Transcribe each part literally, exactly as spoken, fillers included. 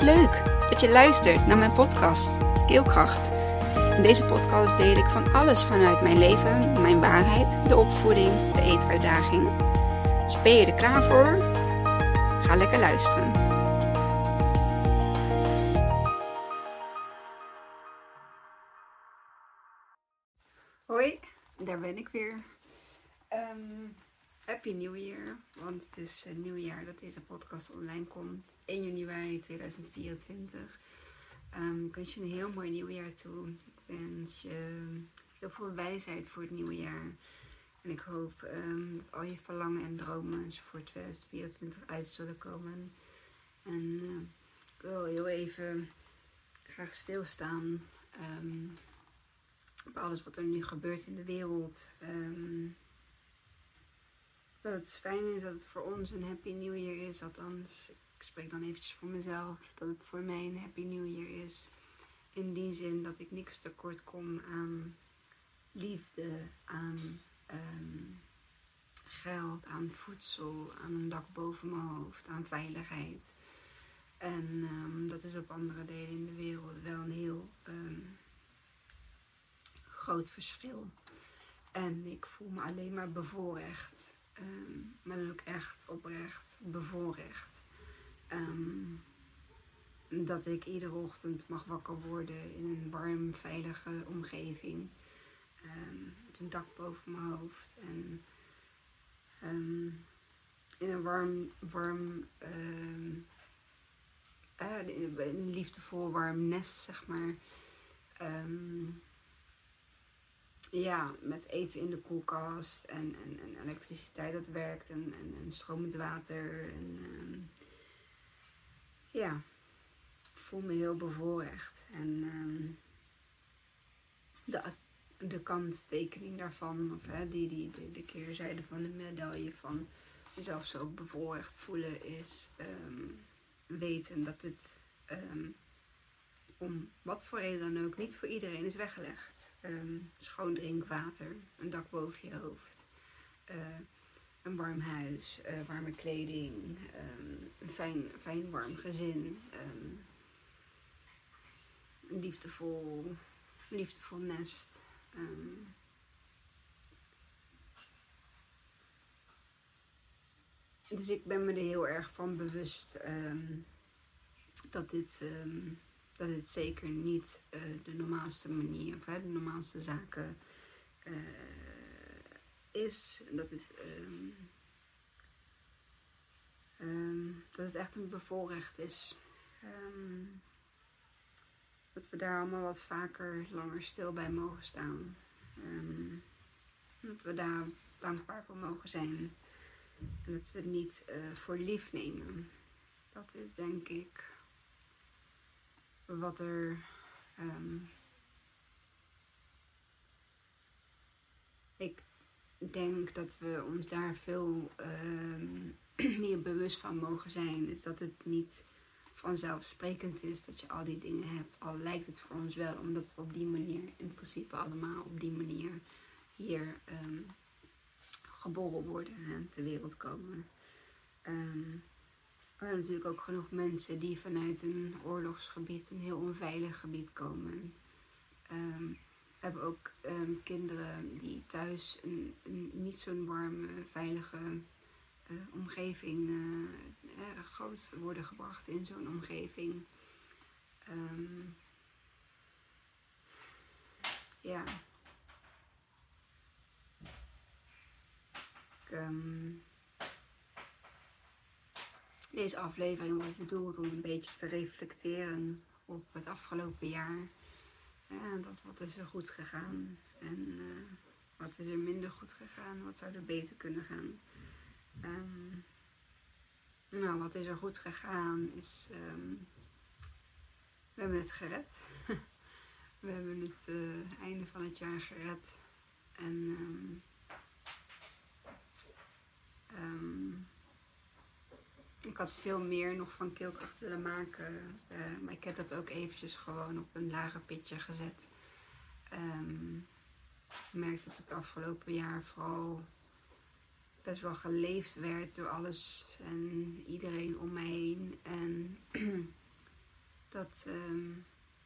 Wat leuk dat je luistert naar mijn podcast, Keelkracht. In deze podcast deel ik van alles vanuit mijn leven, mijn waarheid, de opvoeding, de eetuitdaging. Dus ben je er klaar voor? Ga lekker luisteren. Hoi, daar ben ik weer. Um, happy New Year, want het is uh, nieuwjaar dat deze podcast online komt. één januari tweeduizend vierentwintig. Um, ik wens je een heel mooi nieuwjaar toe. Ik wens je heel veel wijsheid voor het nieuwe jaar. En ik hoop um, dat al je verlangen en dromen voor tweeduizend vierentwintig uit zullen komen. En uh, ik wil heel even graag stilstaan um, op alles wat er nu gebeurt in de wereld. Um, dat het fijn is dat het voor ons een happy new year is. Althans, ik spreek dan eventjes voor mezelf. Dat het voor mij een happy new year is. In die zin dat ik niks tekort kom aan liefde, aan um, geld, aan voedsel, aan een dak boven mijn hoofd, aan veiligheid. En um, dat is op andere delen in de wereld wel een heel um, groot verschil. En ik voel me alleen maar bevoorrecht. Um, maar dan ook echt oprecht bevoorrecht. Um, dat ik iedere ochtend mag wakker worden in een warm, veilige omgeving. Um, met een dak boven mijn hoofd. En um, in een warm, warm um, uh, in een liefdevol warm nest, zeg maar. Um, Ja, met eten in de koelkast en, en, en elektriciteit dat werkt en, en, en stromend water. En, um, ja, ik voel me heel bevoorrecht. En um, de, de kanttekening daarvan, of hè, die, die, de, de keerzijde van de medaille van mezelf zo bevoorrecht voelen, is um, weten dat het um, om wat voor reden dan ook niet voor iedereen is weggelegd. Um, schoon drinkwater, een dak boven je hoofd, uh, een warm huis, uh, warme kleding, um, een fijn, fijn warm gezin, um, een liefdevol, liefdevol nest. Um, dus ik ben me er heel erg van bewust um, dat dit... Um, Dat het zeker niet uh, de normaalste manier, of hè, de normaalste zaken uh, is. Dat het, um, um, dat het echt een bevoorrecht is. Um, dat we daar allemaal wat vaker langer stil bij mogen staan. Um, dat we daar dankbaar voor mogen zijn. En dat we het niet uh, voor lief nemen. Dat is denk ik wat er um, ik denk dat we ons daar veel um, meer bewust van mogen zijn. Dus dat het niet vanzelfsprekend is dat je al die dingen hebt. Al lijkt het voor ons wel, omdat we op die manier, in principe allemaal op die manier hier um, geboren worden en ter wereld komen. Um, Er zijn natuurlijk ook genoeg mensen die vanuit een oorlogsgebied, een heel onveilig gebied komen. Um, we hebben ook um, kinderen die thuis een, een niet zo'n warme, veilige uh, omgeving uh, uh, groot worden gebracht in zo'n omgeving. Um, ja. Ik, um, Deze aflevering wordt bedoeld om een beetje te reflecteren op het afgelopen jaar. Ja, dat, wat is er goed gegaan en uh, wat is er minder goed gegaan, wat zou er beter kunnen gaan. Um, nou, wat is er goed gegaan is, um, we hebben het gered. We hebben het uh, einde van het jaar gered. En um, um, ik had veel meer nog van Keelkracht willen maken. Uh, maar ik heb dat ook eventjes gewoon op een lager pitje gezet. Um, ik merkte dat het afgelopen jaar vooral best wel geleefd werd door alles en iedereen om me heen. En Dat, um,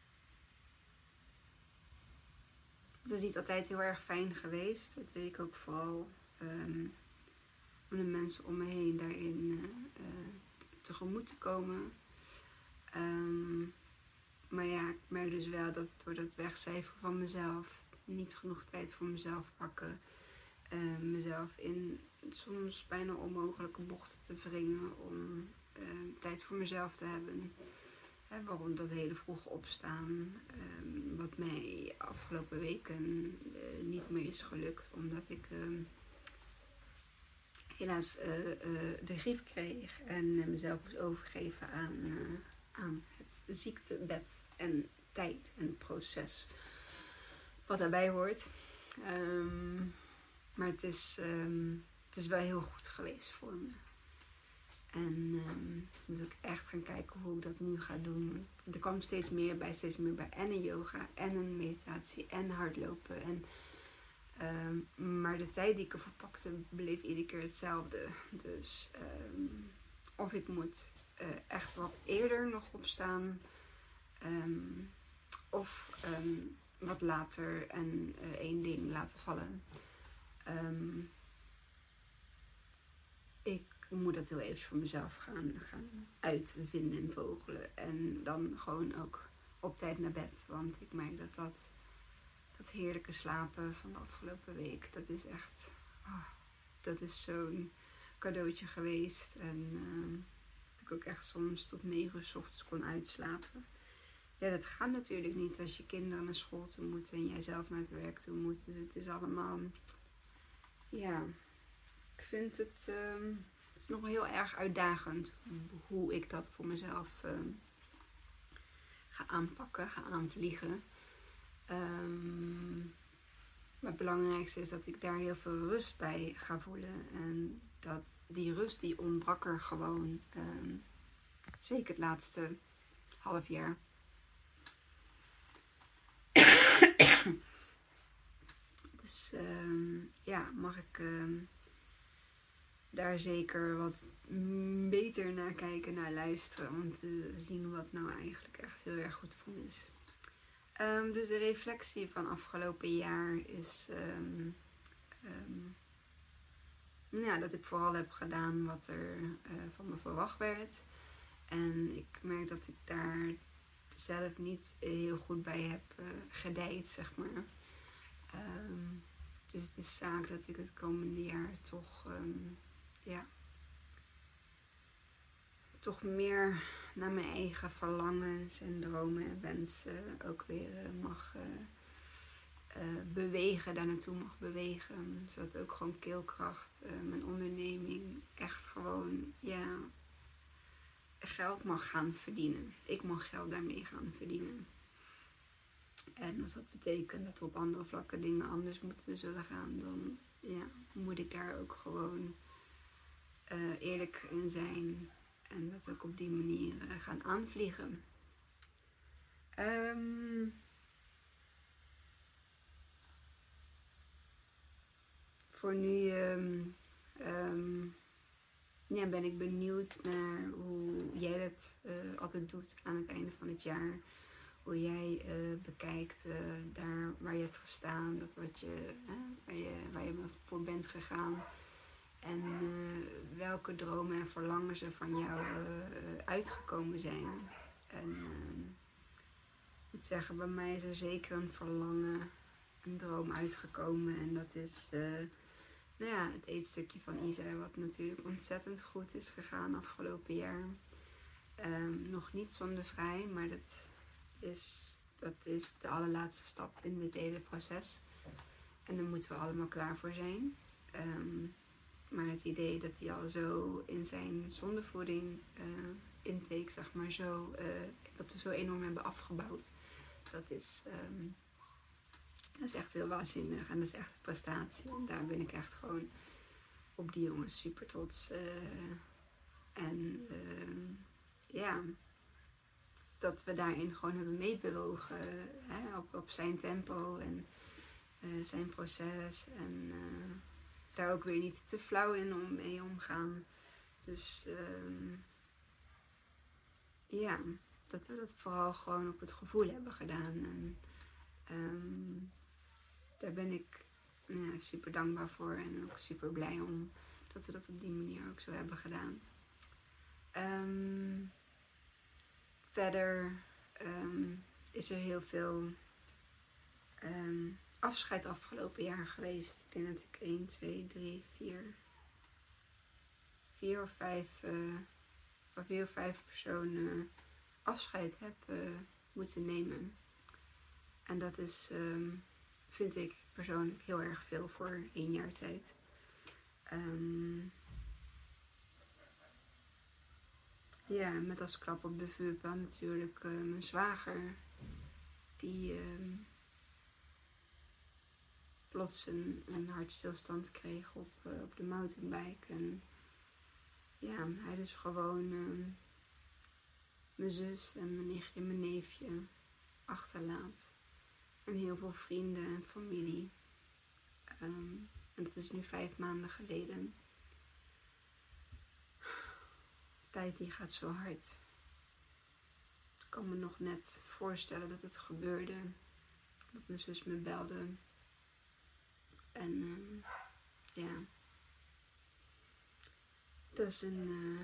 dat is niet altijd heel erg fijn geweest. Dat deed ik ook vooral um, om de mensen om me heen daarin uh, uh, tegemoet te komen. Um, maar ja, ik merk dus wel dat door dat wegcijferen van mezelf, niet genoeg tijd voor mezelf pakken, uh, mezelf in soms bijna onmogelijke bochten te wringen om uh, tijd voor mezelf te hebben. Hè, waarom dat hele vroeg opstaan, um, wat mij afgelopen weken uh, niet meer is gelukt, omdat ik uh, helaas uh, uh, de griep kreeg en uh, mezelf moest overgeven aan, uh, aan het ziektebed en tijd en proces wat daarbij hoort. Um, maar het is, um, het is wel heel goed geweest voor me. En um, ik moet ook echt gaan kijken hoe ik dat nu ga doen. Er kwam steeds meer bij, steeds meer bij. En een yoga, en een meditatie, en hardlopen. En, um, maar de tijd die ik ervoor pakte, bleef iedere keer hetzelfde. Dus um, of ik moet uh, echt wat eerder nog opstaan. Um, of um, wat later en uh, één ding laten vallen. Um, ik moet dat heel even voor mezelf gaan, gaan uitvinden en vogelen. En dan gewoon ook op tijd naar bed. Want ik merk dat dat, dat heerlijke slapen van de afgelopen week, dat is echt, oh, dat is zo'n cadeautje geweest. En uh, dat ik ook echt soms tot negen uur 's ochtends kon uitslapen. Ja, dat gaat natuurlijk niet als je kinderen naar school toe moeten en jij zelf naar het werk toe moet. Dus het is allemaal, ja, ik vind het, um, het is nog heel erg uitdagend hoe ik dat voor mezelf um, ga aanpakken, ga aanvliegen. Um, maar het belangrijkste is dat ik daar heel veel rust bij ga voelen. En dat die rust die ontbrak er gewoon, um, zeker het laatste half jaar. Dus um, ja, mag ik um, daar zeker wat beter naar kijken, naar luisteren. Om te zien wat nou eigenlijk echt heel erg goed voor me is. Um, dus de reflectie van afgelopen jaar is um, um, ja, dat ik vooral heb gedaan wat er uh, van me verwacht werd. En ik merk dat ik daar zelf niet heel goed bij heb uh, gedijd, zeg maar. Um, dus het is zaak dat ik het komende jaar toch, um, ja, toch meer naar mijn eigen verlangens en dromen en wensen ook weer uh, mag uh, uh, bewegen, daar naartoe mag bewegen. Zodat ook gewoon Keelkracht, uh, mijn onderneming, echt gewoon, ja, geld mag gaan verdienen. Ik mag geld daarmee gaan verdienen. En als dat betekent dat er op andere vlakken dingen anders moeten zullen gaan, dan ja, moet ik daar ook gewoon uh, eerlijk in zijn. En dat ook op die manier uh, gaan aanvliegen. Um, voor nu um, um, ja, ben ik benieuwd naar hoe jij dat uh, altijd doet aan het einde van het jaar. Hoe jij uh, bekijkt uh, daar waar je hebt gestaan, dat wat je, uh, waar, je, waar je voor bent gegaan. En uh, welke dromen en verlangens er van jou uh, uitgekomen zijn. En uh, ik moet zeggen, bij mij is er zeker een verlangen, een droom uitgekomen. En dat is uh, nou ja, het eetstukje van Isa, wat natuurlijk ontzettend goed is gegaan afgelopen jaar. Um, nog niet zondevrij, maar dat is, dat is de allerlaatste stap in dit hele proces. En daar moeten we allemaal klaar voor zijn. Um, maar het idee dat hij al zo in zijn zondevoeding uh, intake, zeg maar, zo, uh, dat we zo enorm hebben afgebouwd. Dat is, um, dat is echt heel waanzinnig en dat is echt een prestatie. En daar ben ik echt gewoon op die jongens super trots. Uh, en uh, ja, dat we daarin gewoon hebben meebewogen, hè, op, op zijn tempo en uh, zijn proces. En uh, daar ook weer niet te flauw in om mee omgaan. Dus um, ja, dat we dat vooral gewoon op het gevoel hebben gedaan. En um, daar ben ik ja, super dankbaar voor en ook super blij om dat we dat op die manier ook zo hebben gedaan. Um, verder um, is er heel veel um, afscheid afgelopen jaar geweest. Ik denk dat ik één, twee, drie, vier, vier of vijf, uh, van vier of vijf personen afscheid heb uh, moeten nemen. En dat is, um, vind ik persoonlijk heel erg veel voor één jaar tijd. Um, ja, met als klap op de vuurpijl natuurlijk uh, mijn zwager. Die uh, plots een, een hartstilstand kreeg op, uh, op de mountainbike. En ja, hij dus gewoon uh, mijn zus en mijn nichtje en mijn neefje achterlaat. En heel veel vrienden en familie. Um, en dat is nu vijf maanden geleden. De tijd die gaat zo hard. Ik kan me nog net voorstellen dat het gebeurde. Dat mijn zus me belde. En um, ja. Dat is een... Uh,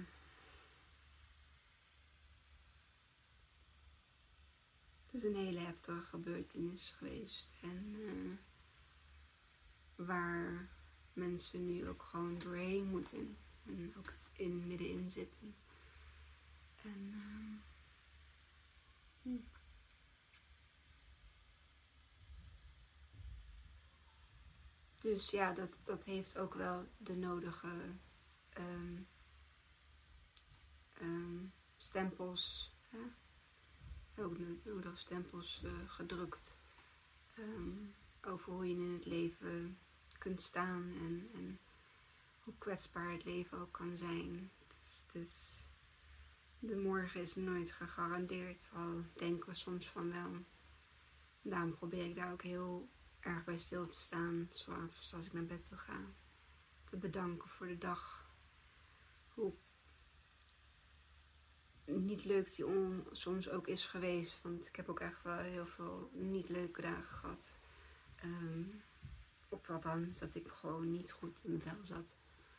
Het is een hele heftige gebeurtenis geweest. En uh, waar mensen nu ook gewoon doorheen moeten. En ook in middenin zitten. En uh, hm. Dus ja, dat, dat heeft ook wel de nodige um, um, stempels. Hè? Ook nodig stempels uh, gedrukt um, over hoe je in het leven kunt staan en, en hoe kwetsbaar het leven ook kan zijn. Dus, dus de morgen is nooit gegarandeerd, al denken we soms van wel. Daarom probeer ik daar ook heel erg bij stil te staan, zoals als ik naar bed toe ga. Te bedanken voor de dag. Hoe niet leuk die on, soms ook is geweest. Want ik heb ook echt wel heel veel niet leuke dagen gehad. Um, of althans, dat ik gewoon niet goed in mijn vel zat.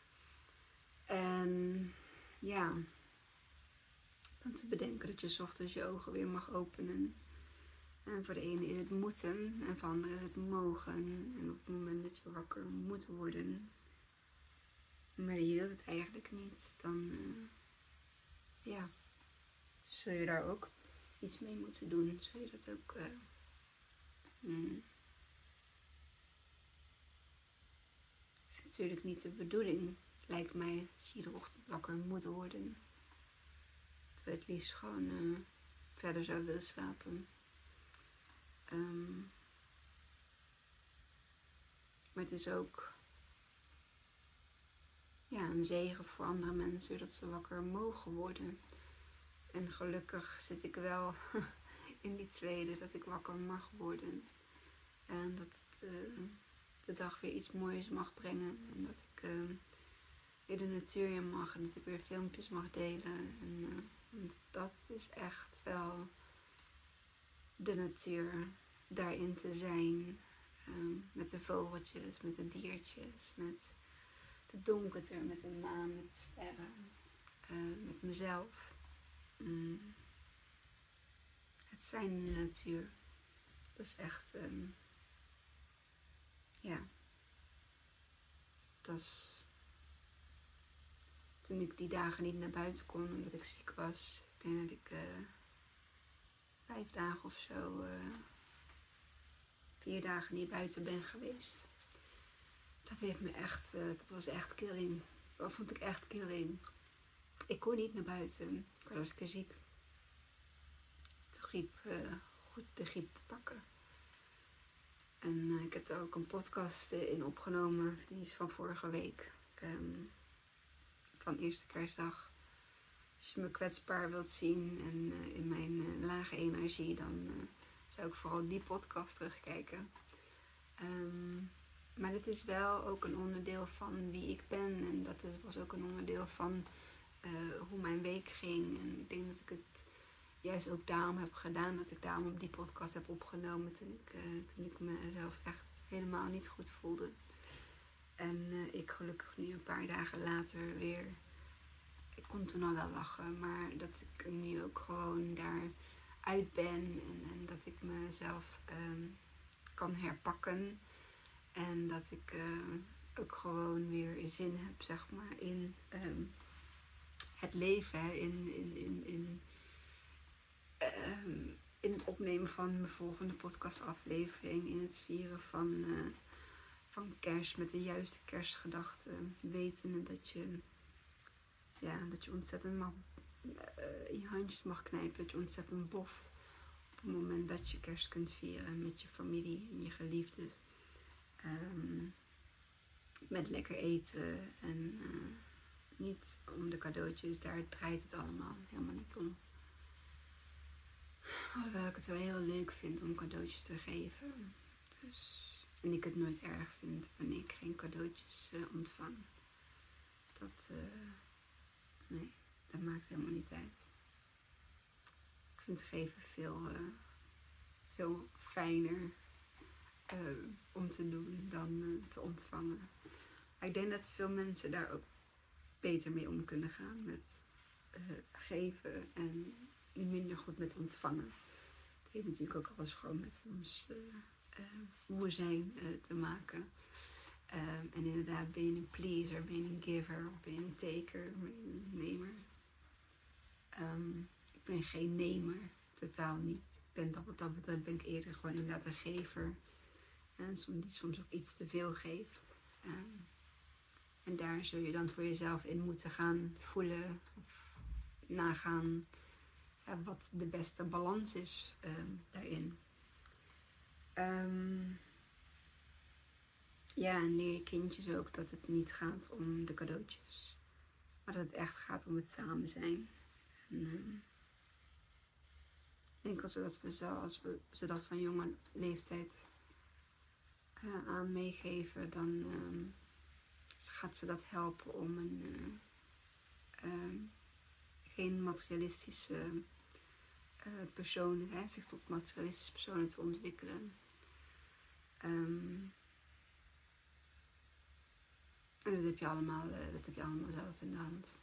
En ja, dan te bedenken dat je 's ochtends je ogen weer mag openen. En voor de ene is het moeten en voor de andere is het mogen. En op het moment dat je wakker moet worden, maar je wilt het eigenlijk niet, dan uh, ja, zul je daar ook iets mee moeten doen. Zul je dat ook... Uh, mm. Het is natuurlijk niet de bedoeling, lijkt mij, als je iedere ochtend wakker moet worden. Dat we het liefst gewoon uh, verder zou willen slapen. Um, maar het is ook ja, een zegen voor andere mensen dat ze wakker mogen worden. En gelukkig zit ik wel in die tweede, dat ik wakker mag worden. En dat het uh, de dag weer iets moois mag brengen. En dat ik uh, weer de natuur in mag en dat ik weer filmpjes mag delen. En uh, dat is echt wel de natuur, daarin te zijn. Um, met de vogeltjes, met de diertjes, met de donkerte, met de maan, met de sterren. Uh, met mezelf. Mm. Het zijn in de natuur. Dat is echt... Um, ja. Dat is... Toen ik die dagen niet naar buiten kon omdat ik ziek was. Ik denk dat ik... Uh, vijf dagen of zo... Uh, vier dagen niet buiten ben geweest. Dat heeft me echt... Uh, dat was echt killing. Dat vond ik echt killing. Ik kon niet naar buiten. Ik was hartstikke ziek. De griep, uh, goed de griep te pakken. En uh, ik heb er ook een podcast uh, in opgenomen. Die is van vorige week. Um, van eerste kerstdag. Als je me kwetsbaar wilt zien en uh, in mijn uh, lage energie, dan uh, zou ik vooral die podcast terugkijken. Um, maar dit is wel ook een onderdeel van wie ik ben. En dat is, was ook een onderdeel van uh, hoe mijn week ging. En ik denk dat ik het juist ook daarom heb gedaan. Dat ik daarom op die podcast heb opgenomen toen ik, uh, toen ik mezelf echt helemaal niet goed voelde. En uh, ik gelukkig nu een paar dagen later weer... Ik kon toen al wel lachen, maar dat ik nu ook gewoon daaruit ben. En, en dat ik mezelf um, kan herpakken. En dat ik uh, ook gewoon weer zin heb, zeg maar, in um, het leven. Hè? In, in, in, in, um, in het opnemen van mijn volgende podcastaflevering. In het vieren van, uh, van kerst met de juiste kerstgedachten. Wetende dat je, ja, dat je ontzettend mag, uh, in je handjes mag knijpen. Dat je ontzettend boft op het moment dat je kerst kunt vieren met je familie en je geliefden. Um, met lekker eten en uh, niet om de cadeautjes, daar draait het allemaal helemaal niet om. Alhoewel ik het wel heel leuk vind om cadeautjes te geven. Dus, en ik het nooit erg vind wanneer ik geen cadeautjes uh, ontvang. Dat, uh, nee, dat maakt helemaal niet uit. Ik vind geven veel, uh, veel fijner. Uh, om te doen dan uh, te ontvangen. Maar ik denk dat veel mensen daar ook beter mee om kunnen gaan met uh, geven en minder goed met ontvangen. Het heeft natuurlijk ook alles gewoon met ons uh, uh, hoe we zijn uh, te maken. Um, en inderdaad, ben je een pleaser, ben je een giver, of ben je een taker, ben je een nemer. Um, ik ben geen nemer, totaal niet. Ik ben dat, wat dat betreft ben ik eerder gewoon inderdaad een gever. En soms, die soms ook iets te veel geeft. Um, en daar zul je dan voor jezelf in moeten gaan voelen. Of nagaan uh, wat de beste balans is um, daarin. Um, ja, en leer je kindjes ook dat het niet gaat om de cadeautjes. Maar dat het echt gaat om het samen zijn. En, um, ik denk als we dat, we zo, als we ze dat van jonge leeftijd Uh, aan meegeven, dan um, gaat ze dat helpen om een uh, uh, geen materialistische uh, persoon, hè, zich tot materialistische personen te ontwikkelen. Um, en dat heb je allemaal, uh, dat heb je allemaal zelf in de hand.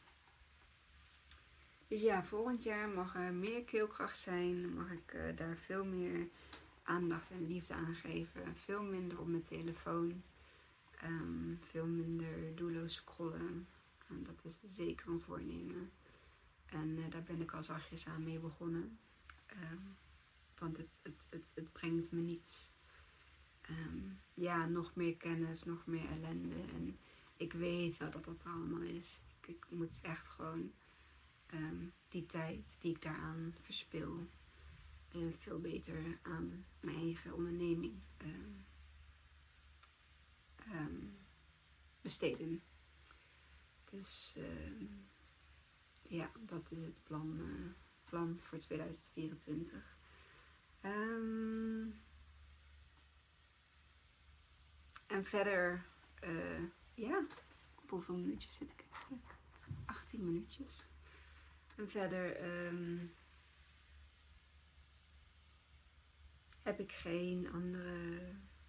Dus ja, volgend jaar mag er meer keelkracht zijn, mag ik uh, daar veel meer aandacht en liefde aan geven. Veel minder op mijn telefoon. Um, veel minder doelloos scrollen. En dat is zeker een voornemen. En uh, daar ben ik al zachtjes aan mee begonnen. Um, want het, het, het, het brengt me niets. Um, ja, nog meer kennis, nog meer ellende. En ik weet wel dat dat er allemaal is. Ik, ik moet echt gewoon um, die tijd die ik daaraan verspil, Uh, veel beter aan mijn eigen onderneming uh, um, besteden. Dus uh, ja, dat is het plan, uh, plan voor tweeduizend vierentwintig. Um, en verder, uh, ja, op hoeveel minuutjes zit ik eigenlijk? achttien minuutjes. En verder Um, heb ik geen andere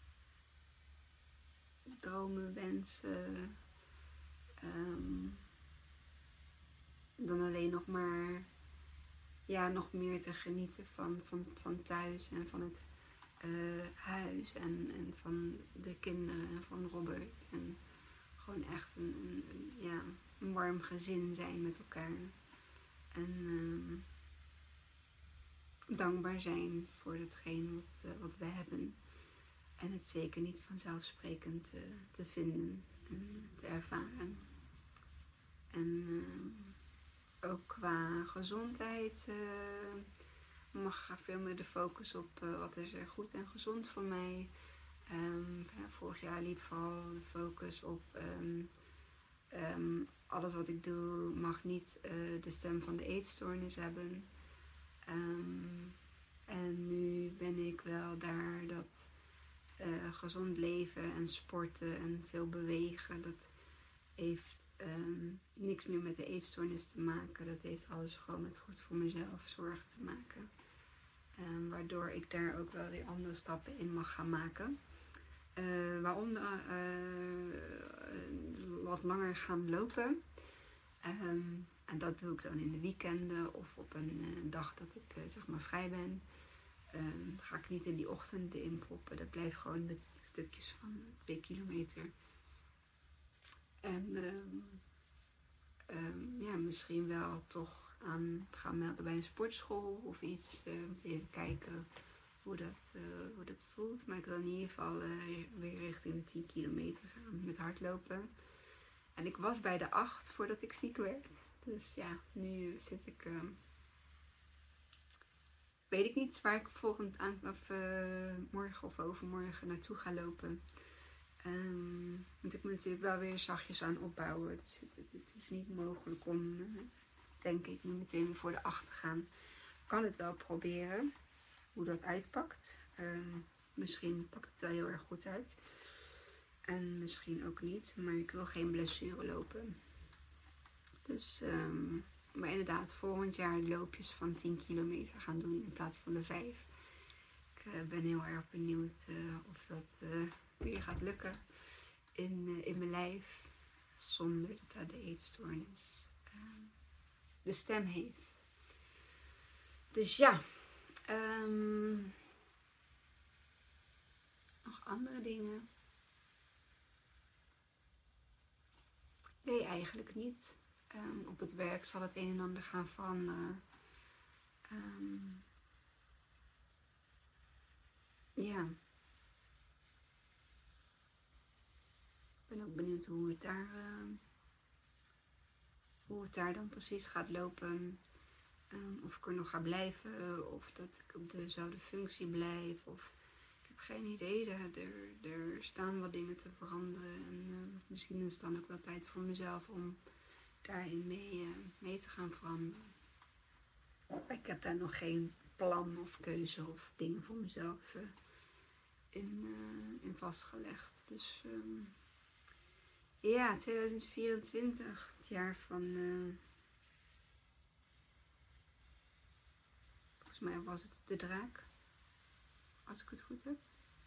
dromen, wensen. Um, dan alleen nog maar ja, nog meer te genieten van, van, van thuis en van het uh, huis en, en van de kinderen en van Robert. En gewoon echt een, een, een, ja, een warm gezin zijn met elkaar. En um, dankbaar zijn voor hetgeen wat, uh, wat we hebben. En het zeker niet vanzelfsprekend uh, te vinden en te ervaren. En uh, ook qua gezondheid uh, mag er veel meer de focus op uh, wat is er goed en gezond voor mij. Um, ja, vorig jaar liep vooral de focus op um, um, alles wat ik doe mag niet uh, de stem van de eetstoornis hebben. Um, en nu ben ik wel daar dat uh, gezond leven en sporten en veel bewegen, dat heeft Um, niks meer met de eetstoornis te maken. Dat heeft alles gewoon met goed voor mezelf zorgen te maken. Um, waardoor ik daar ook wel weer andere stappen in mag gaan maken. Uh, waaronder uh, wat langer gaan lopen. Um, en dat doe ik dan in de weekenden of op een uh, dag dat ik uh, zeg maar vrij ben. Um, ga ik niet in die ochtenden inproppen. Dat blijft gewoon de stukjes van twee kilometer. En um, um, ja, misschien wel toch aan gaan melden bij een sportschool of iets. Uh, even kijken hoe dat, uh, hoe dat voelt. Maar ik wil in ieder geval uh, weer richting de tien kilometer gaan met hardlopen. En ik was bij de acht voordat ik ziek werd. Dus ja, nu zit ik... Uh, weet ik niet waar ik volgend aan, of uh, morgen of overmorgen naartoe ga lopen. Um, want ik moet natuurlijk wel weer zachtjes aan opbouwen. Dus het, het, het is niet mogelijk om, uh, denk ik, nu meteen weer voor de acht te gaan. Ik kan het wel proberen, hoe dat uitpakt. Um, misschien pakt het wel heel erg goed uit. En misschien ook niet, maar ik wil geen blessure lopen. Dus, um, maar inderdaad, volgend jaar loopjes van tien kilometer gaan doen in plaats van de vijf. Ik uh, ben heel erg benieuwd uh, of dat uh, weer gaat lukken in, uh, in mijn lijf. Zonder dat dat de eetstoornis uh, de stem heeft. Dus ja. Um, nog andere dingen? Nee, eigenlijk niet. Um, op het werk zal het een en ander gaan veranderen. Um, ja. Ik ben ook benieuwd hoe het daar, uh, hoe het daar dan precies gaat lopen. Um, of ik er nog ga blijven. Of dat ik op dezelfde functie blijf. Of ik heb geen idee. Er, er staan wat dingen te veranderen. En uh, misschien is het dan ook wel tijd voor mezelf om daarin mee, uh, mee te gaan veranderen. Ik heb daar nog geen plan of keuze of dingen voor mezelf uh, in, uh, in vastgelegd. Dus um, ja, tweeduizend vierentwintig, het jaar van... Uh, volgens mij was het de draak, als ik het goed heb.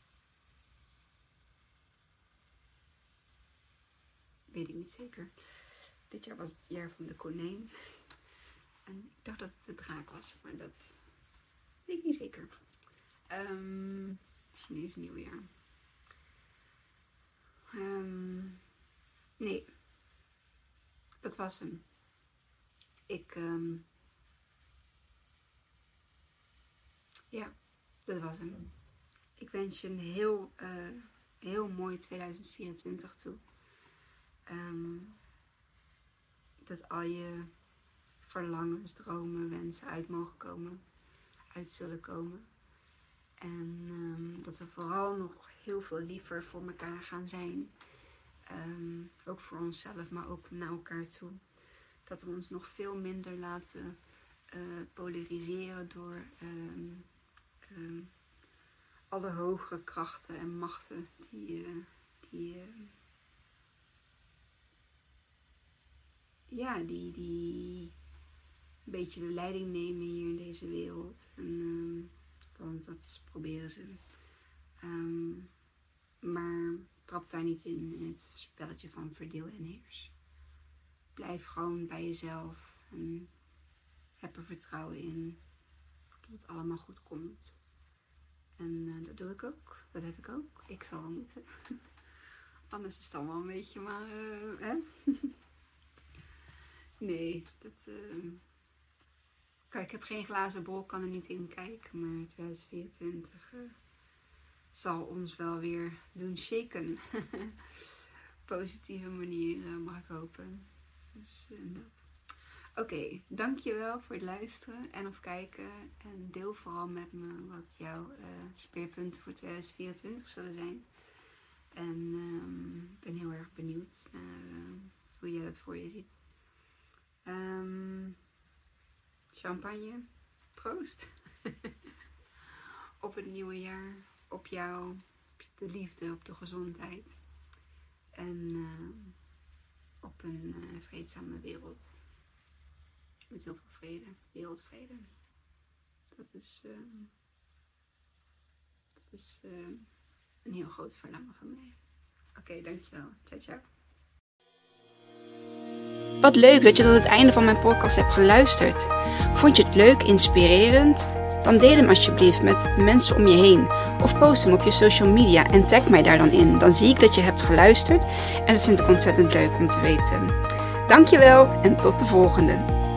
Weet ik niet zeker. Dit jaar was het jaar van de konijn. En ik dacht dat het de draak was, maar dat weet ik niet zeker. Um, Chinees nieuwjaar. Um, nee, dat was hem. Ik, um, ja, dat was hem. Ik wens je een heel, uh, heel mooi tweeduizend vierentwintig toe. Um, dat al je verlangens, dromen, wensen uit mogen komen, uit zullen komen. En um, dat we vooral nog heel veel liever voor elkaar gaan zijn. Um, ook voor onszelf, maar ook naar elkaar toe. Dat we ons nog veel minder laten uh, polariseren door um, um, alle hogere krachten en machten die, uh, die, uh, ja, die, die een beetje de leiding nemen hier in deze wereld. En, um, want dat proberen ze. Um, maar trap daar niet in, in het spelletje van verdeel en heers. Blijf gewoon bij jezelf en heb er vertrouwen in dat het allemaal goed komt. En uh, dat doe ik ook. Dat heb ik ook. Ik zal wel moeten. Anders is het dan wel een beetje maar... Uh, hè? Nee, dat... Uh... Kijk, ik heb geen glazen bol, kan er niet in kijken. Maar tweeduizend vierentwintig uh, zal ons wel weer doen shaken. Positieve manier, uh, mag ik hopen. Dus uh, dat. Oké, okay, dankjewel voor het luisteren en of kijken. En deel vooral met me wat jouw uh, speerpunten voor tweeduizend vierentwintig zullen zijn. En um, ik ben heel erg benieuwd naar uh, hoe jij dat voor je ziet. Um, champagne, proost. Op het nieuwe jaar, op jou, op de liefde, op de gezondheid. En uh, op een uh, vreedzame wereld. Met heel veel vrede, wereldvrede. Dat is, uh, dat is uh, een heel groot verlangen van mij. Oké, okay, dankjewel. Ciao, ciao. Wat leuk dat je tot het einde van mijn podcast hebt geluisterd. Vond je het leuk, inspirerend? Dan deel hem alsjeblieft met de mensen om je heen. Of post hem op je social media en tag mij daar dan in. Dan zie ik dat je hebt geluisterd en dat vind ik ontzettend leuk om te weten. Dankjewel en tot de volgende.